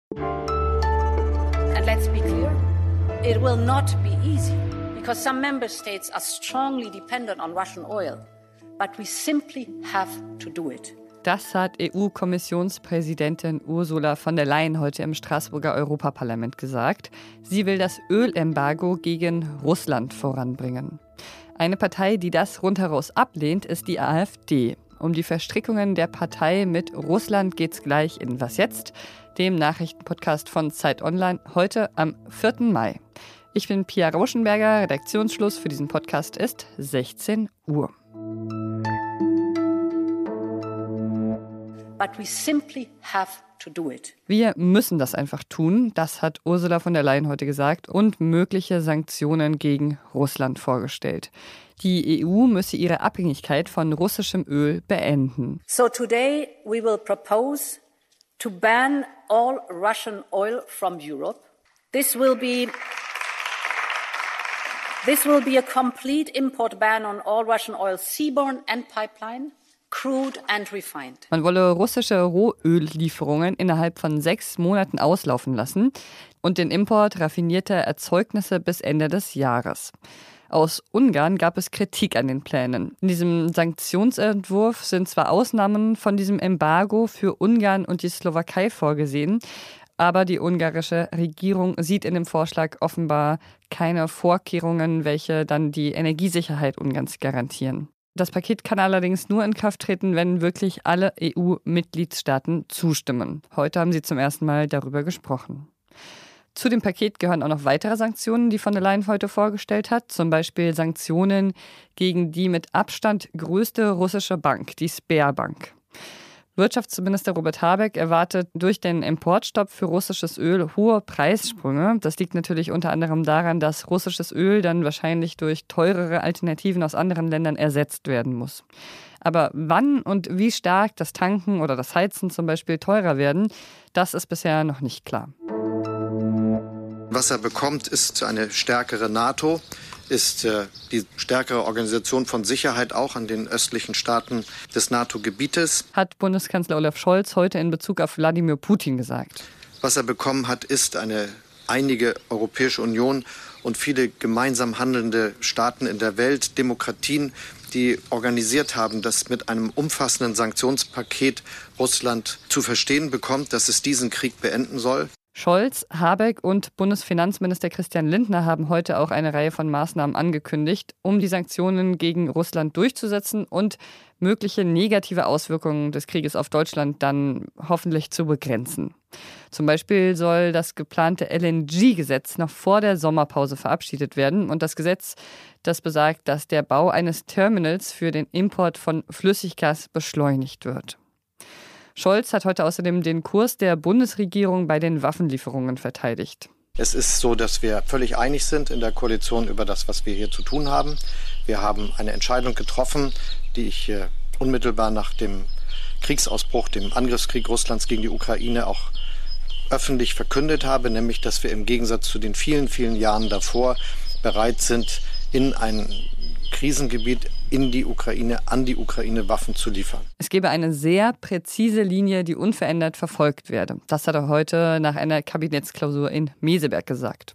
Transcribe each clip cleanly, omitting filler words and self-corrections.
And let's be clear, it will not be easy because some member states are strongly dependent on Russian oil, but we simply have to do it. Das hat EU-Kommissionspräsidentin Ursula von der Leyen heute im Straßburger Europaparlament gesagt. Sie will das Ölembargo gegen Russland voranbringen. Eine Partei, die das rundheraus ablehnt, ist die AfD. Um die Verstrickungen der Partei mit Russland geht's gleich in Was jetzt?, dem Nachrichtenpodcast von Zeit Online, heute am 4. Mai. Ich bin Pia Rauschenberger, Redaktionsschluss für diesen Podcast ist 16 Uhr. But we simply have to do it. Wir müssen das einfach tun, das hat Ursula von der Leyen heute gesagt und mögliche Sanktionen gegen Russland vorgestellt. Die EU müsse ihre Abhängigkeit von russischem Öl beenden. So today we will propose to ban all Russian oil from Europe. This will be a complete import ban on all Russian oil seaborne and pipeline, crude and refined. Man wolle russische Rohöllieferungen innerhalb von 6 Monaten auslaufen lassen und den Import raffinierter Erzeugnisse bis Ende des Jahres. Aus Ungarn gab es Kritik an den Plänen. In diesem Sanktionsentwurf sind zwar Ausnahmen von diesem Embargo für Ungarn und die Slowakei vorgesehen, aber die ungarische Regierung sieht in dem Vorschlag offenbar keine Vorkehrungen, welche dann die Energiesicherheit Ungarns garantieren. Das Paket kann allerdings nur in Kraft treten, wenn wirklich alle EU-Mitgliedstaaten zustimmen. Heute haben sie zum ersten Mal darüber gesprochen. Zu dem Paket gehören auch noch weitere Sanktionen, die von der Leyen heute vorgestellt hat. Zum Beispiel Sanktionen gegen die mit Abstand größte russische Bank, die Sberbank. Wirtschaftsminister Robert Habeck erwartet durch den Importstopp für russisches Öl hohe Preissprünge. Das liegt natürlich unter anderem daran, dass russisches Öl dann wahrscheinlich durch teurere Alternativen aus anderen Ländern ersetzt werden muss. Aber wann und wie stark das Tanken oder das Heizen zum Beispiel teurer werden, das ist bisher noch nicht klar. Was er bekommt, ist eine stärkere NATO, ist die stärkere Organisation von Sicherheit auch an den östlichen Staaten des NATO-Gebietes. Hat Bundeskanzler Olaf Scholz heute in Bezug auf Wladimir Putin gesagt. Was er bekommen hat, ist eine einige Europäische Union und viele gemeinsam handelnde Staaten in der Welt, Demokratien, die organisiert haben, dass mit einem umfassenden Sanktionspaket Russland zu verstehen bekommt, dass es diesen Krieg beenden soll. Scholz, Habeck und Bundesfinanzminister Christian Lindner haben heute auch eine Reihe von Maßnahmen angekündigt, um die Sanktionen gegen Russland durchzusetzen und mögliche negative Auswirkungen des Krieges auf Deutschland dann hoffentlich zu begrenzen. Zum Beispiel soll das geplante LNG-Gesetz noch vor der Sommerpause verabschiedet werden. Und das Gesetz, das besagt, dass der Bau eines Terminals für den Import von Flüssiggas beschleunigt wird. Scholz hat heute außerdem den Kurs der Bundesregierung bei den Waffenlieferungen verteidigt. Es ist so, dass wir völlig einig sind in der Koalition über das, was wir hier zu tun haben. Wir haben eine Entscheidung getroffen, die ich unmittelbar nach dem Kriegsausbruch, dem Angriffskrieg Russlands gegen die Ukraine auch öffentlich verkündet habe, nämlich, dass wir im Gegensatz zu den vielen, vielen Jahren davor bereit sind, in ein Krisengebiet in die Ukraine, an die Ukraine Waffen zu liefern. Es gebe eine sehr präzise Linie, die unverändert verfolgt werde. Das hat er heute nach einer Kabinettsklausur in Meseberg gesagt.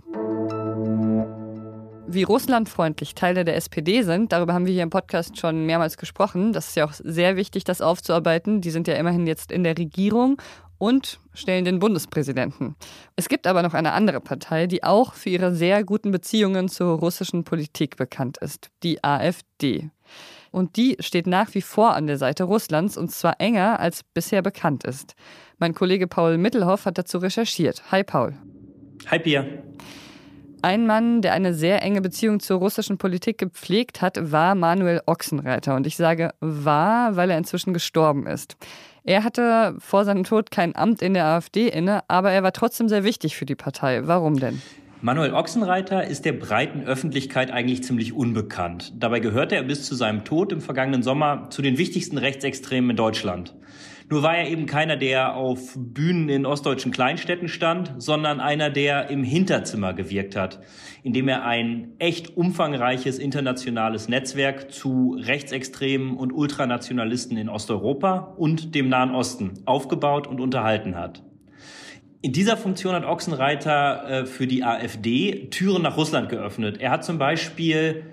Wie russlandfreundlich Teile der SPD sind, darüber haben wir hier im Podcast schon mehrmals gesprochen. Das ist ja auch sehr wichtig, das aufzuarbeiten. Die sind ja immerhin jetzt in der Regierung und stellen den Bundespräsidenten. Es gibt aber noch eine andere Partei, die auch für ihre sehr guten Beziehungen zur russischen Politik bekannt ist, die AfD. Und die steht nach wie vor an der Seite Russlands und zwar enger, als bisher bekannt ist. Mein Kollege Paul Mittelhoff hat dazu recherchiert. Hi Paul. Hi Pia. Ein Mann, der eine sehr enge Beziehung zur russischen Politik gepflegt hat, war Manuel Ochsenreiter. Und ich sage war, weil er inzwischen gestorben ist. Er hatte vor seinem Tod kein Amt in der AfD inne, aber er war trotzdem sehr wichtig für die Partei. Warum denn? Manuel Ochsenreiter ist der breiten Öffentlichkeit eigentlich ziemlich unbekannt. Dabei gehörte er bis zu seinem Tod im vergangenen Sommer zu den wichtigsten Rechtsextremen in Deutschland. Nur war er eben keiner, der auf Bühnen in ostdeutschen Kleinstädten stand, sondern einer, der im Hinterzimmer gewirkt hat, indem er ein echt umfangreiches internationales Netzwerk zu Rechtsextremen und Ultranationalisten in Osteuropa und dem Nahen Osten aufgebaut und unterhalten hat. In dieser Funktion hat Ochsenreiter für die AfD Türen nach Russland geöffnet. Er hat zum Beispiel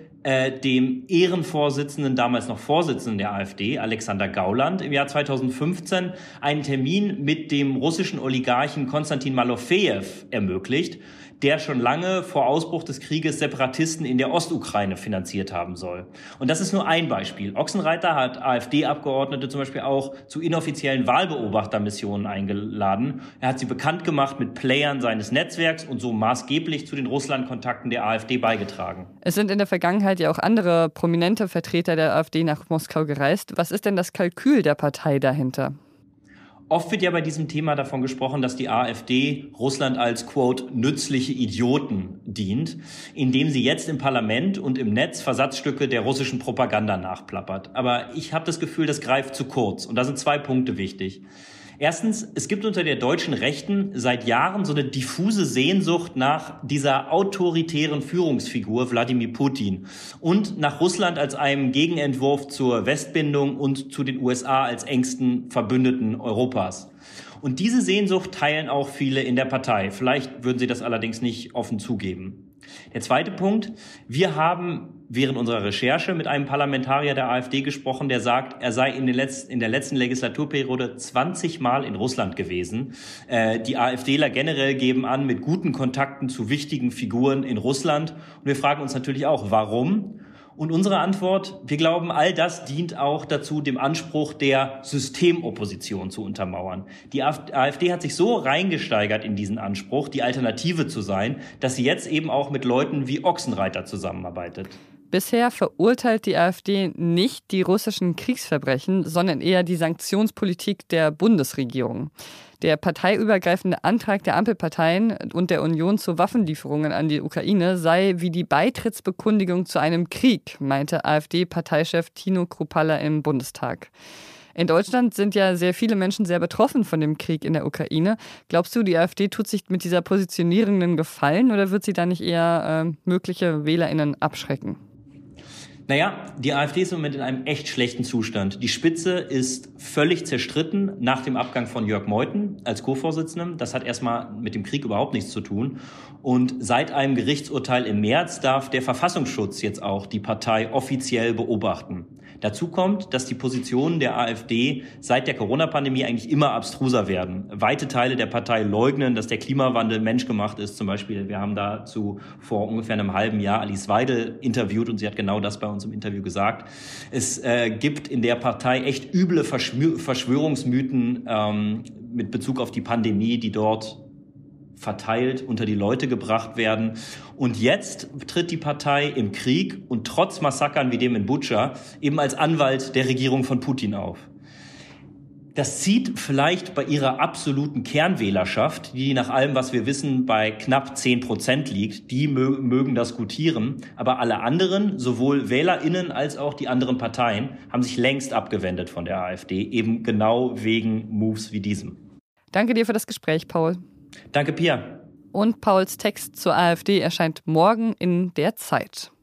dem Ehrenvorsitzenden, damals noch Vorsitzenden der AfD, Alexander Gauland, im Jahr 2015 einen Termin mit dem russischen Oligarchen Konstantin Malofejew ermöglicht, der schon lange vor Ausbruch des Krieges Separatisten in der Ostukraine finanziert haben soll. Und das ist nur ein Beispiel. Ochsenreiter hat AfD-Abgeordnete zum Beispiel auch zu inoffiziellen Wahlbeobachtermissionen eingeladen. Er hat sie bekannt gemacht mit Playern seines Netzwerks und so maßgeblich zu den Russland-Kontakten der AfD beigetragen. Es sind in der Vergangenheit ja auch andere prominente Vertreter der AfD nach Moskau gereist. Was ist denn das Kalkül der Partei dahinter? Oft wird ja bei diesem Thema davon gesprochen, dass die AfD Russland als, quote, nützliche Idioten dient, indem sie jetzt im Parlament und im Netz Versatzstücke der russischen Propaganda nachplappert. Aber ich habe das Gefühl, das greift zu kurz. Und da sind 2 Punkte wichtig. Erstens, es gibt unter der deutschen Rechten seit Jahren so eine diffuse Sehnsucht nach dieser autoritären Führungsfigur Wladimir Putin und nach Russland als einem Gegenentwurf zur Westbindung und zu den USA als engsten Verbündeten Europas. Und diese Sehnsucht teilen auch viele in der Partei. Vielleicht würden sie das allerdings nicht offen zugeben. Der zweite Punkt, wir haben während unserer Recherche mit einem Parlamentarier der AfD gesprochen, der sagt, er sei in der letzten Legislaturperiode 20 Mal in Russland gewesen. Die AfDler generell geben an, mit guten Kontakten zu wichtigen Figuren in Russland. Und wir fragen uns natürlich auch, warum? Und unsere Antwort, wir glauben, all das dient auch dazu, dem Anspruch der Systemopposition zu untermauern. Die AfD hat sich so reingesteigert in diesen Anspruch, die Alternative zu sein, dass sie jetzt eben auch mit Leuten wie Ochsenreiter zusammenarbeitet. Bisher verurteilt die AfD nicht die russischen Kriegsverbrechen, sondern eher die Sanktionspolitik der Bundesregierung. Der parteiübergreifende Antrag der Ampelparteien und der Union zu Waffenlieferungen an die Ukraine sei wie die Beitrittsbekundigung zu einem Krieg, meinte AfD-Parteichef Tino Kruppalla im Bundestag. In Deutschland sind ja sehr viele Menschen sehr betroffen von dem Krieg in der Ukraine. Glaubst du, die AfD tut sich mit dieser Positionierung einen Gefallen oder wird sie da nicht eher mögliche WählerInnen abschrecken? Naja, die AfD ist im Moment in einem echt schlechten Zustand. Die Spitze ist völlig zerstritten nach dem Abgang von Jörg Meuthen als Co-Vorsitzendem. Das hat erstmal mit dem Krieg überhaupt nichts zu tun. Und seit einem Gerichtsurteil im März darf der Verfassungsschutz jetzt auch die Partei offiziell beobachten. Dazu kommt, dass die Positionen der AfD seit der Corona-Pandemie eigentlich immer abstruser werden. Weite Teile der Partei leugnen, dass der Klimawandel menschgemacht ist. Zum Beispiel, wir haben dazu vor ungefähr einem halben Jahr Alice Weidel interviewt und sie hat genau das bei uns im Interview gesagt. Es gibt in der Partei echt üble Verschwörungsmythen mit Bezug auf die Pandemie, die dort verteilt unter die Leute gebracht werden. Und jetzt tritt die Partei im Krieg und trotz Massakern wie dem in Butscha eben als Anwalt der Regierung von Putin auf. Das zieht vielleicht bei ihrer absoluten Kernwählerschaft, die nach allem, was wir wissen, bei knapp 10% liegt. Die mögen das gutieren. Aber alle anderen, sowohl WählerInnen als auch die anderen Parteien, haben sich längst abgewendet von der AfD, eben genau wegen Moves wie diesem. Danke dir für das Gespräch, Paul. Danke, Pia. Und Pauls Text zur AfD erscheint morgen in der Zeit.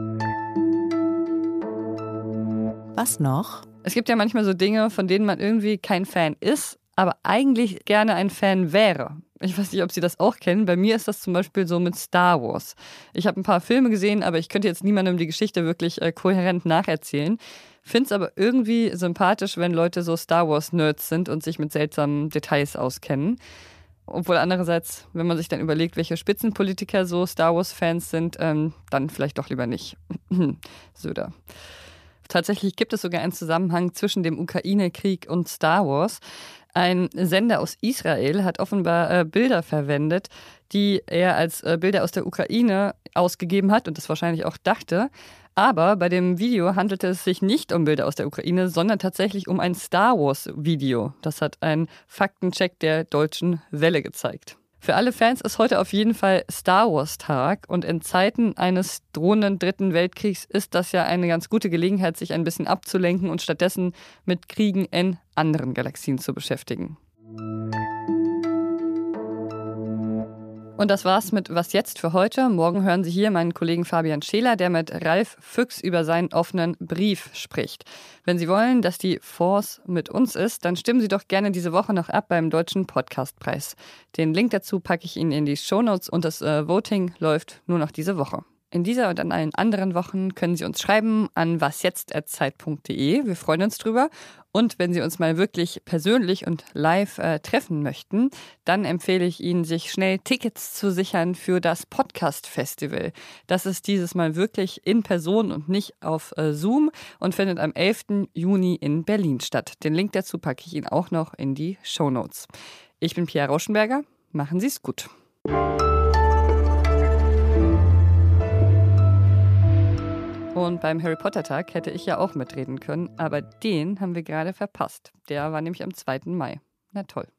Was noch? Es gibt ja manchmal so Dinge, von denen man irgendwie kein Fan ist, aber eigentlich gerne ein Fan wäre. Ich weiß nicht, ob Sie das auch kennen. Bei mir ist das zum Beispiel so mit Star Wars. Ich habe ein paar Filme gesehen, aber ich könnte jetzt niemandem die Geschichte wirklich kohärent nacherzählen. Finde es aber irgendwie sympathisch, wenn Leute so Star Wars-Nerds sind und sich mit seltsamen Details auskennen. Obwohl andererseits, wenn man sich dann überlegt, welche Spitzenpolitiker so Star Wars-Fans sind, dann vielleicht doch lieber nicht. Söder. Tatsächlich gibt es sogar einen Zusammenhang zwischen dem Ukraine-Krieg und Star Wars. Ein Sender aus Israel hat offenbar Bilder verwendet, die er als Bilder aus der Ukraine ausgegeben hat und das wahrscheinlich auch dachte. Aber bei dem Video handelte es sich nicht um Bilder aus der Ukraine, sondern tatsächlich um ein Star Wars-Video. Das hat ein Faktencheck der Deutschen Welle gezeigt. Für alle Fans ist heute auf jeden Fall Star Wars-Tag und in Zeiten eines drohenden Dritten Weltkriegs ist das ja eine ganz gute Gelegenheit, sich ein bisschen abzulenken und stattdessen mit Kriegen in anderen Galaxien zu beschäftigen. Und das war's mit Was jetzt für heute. Morgen hören Sie hier meinen Kollegen Fabian Scheler, der mit Ralf Füchs über seinen offenen Brief spricht. Wenn Sie wollen, dass die Force mit uns ist, dann stimmen Sie doch gerne diese Woche noch ab beim Deutschen Podcastpreis. Den Link dazu packe ich Ihnen in die Shownotes und das Voting läuft nur noch diese Woche. In dieser und an allen anderen Wochen können Sie uns schreiben an wasjetzt@zeit.de. Wir freuen uns drüber. Und wenn Sie uns mal wirklich persönlich und live treffen möchten, dann empfehle ich Ihnen, sich schnell Tickets zu sichern für das Podcast-Festival. Das ist dieses Mal wirklich in Person und nicht auf Zoom und findet am 11. Juni in Berlin statt. Den Link dazu packe ich Ihnen auch noch in die Shownotes. Ich bin Pia Rauschenberger. Machen Sie es gut. Und beim Harry Potter Tag hätte ich ja auch mitreden können, aber den haben wir gerade verpasst. Der war nämlich am 2. Mai. Na toll.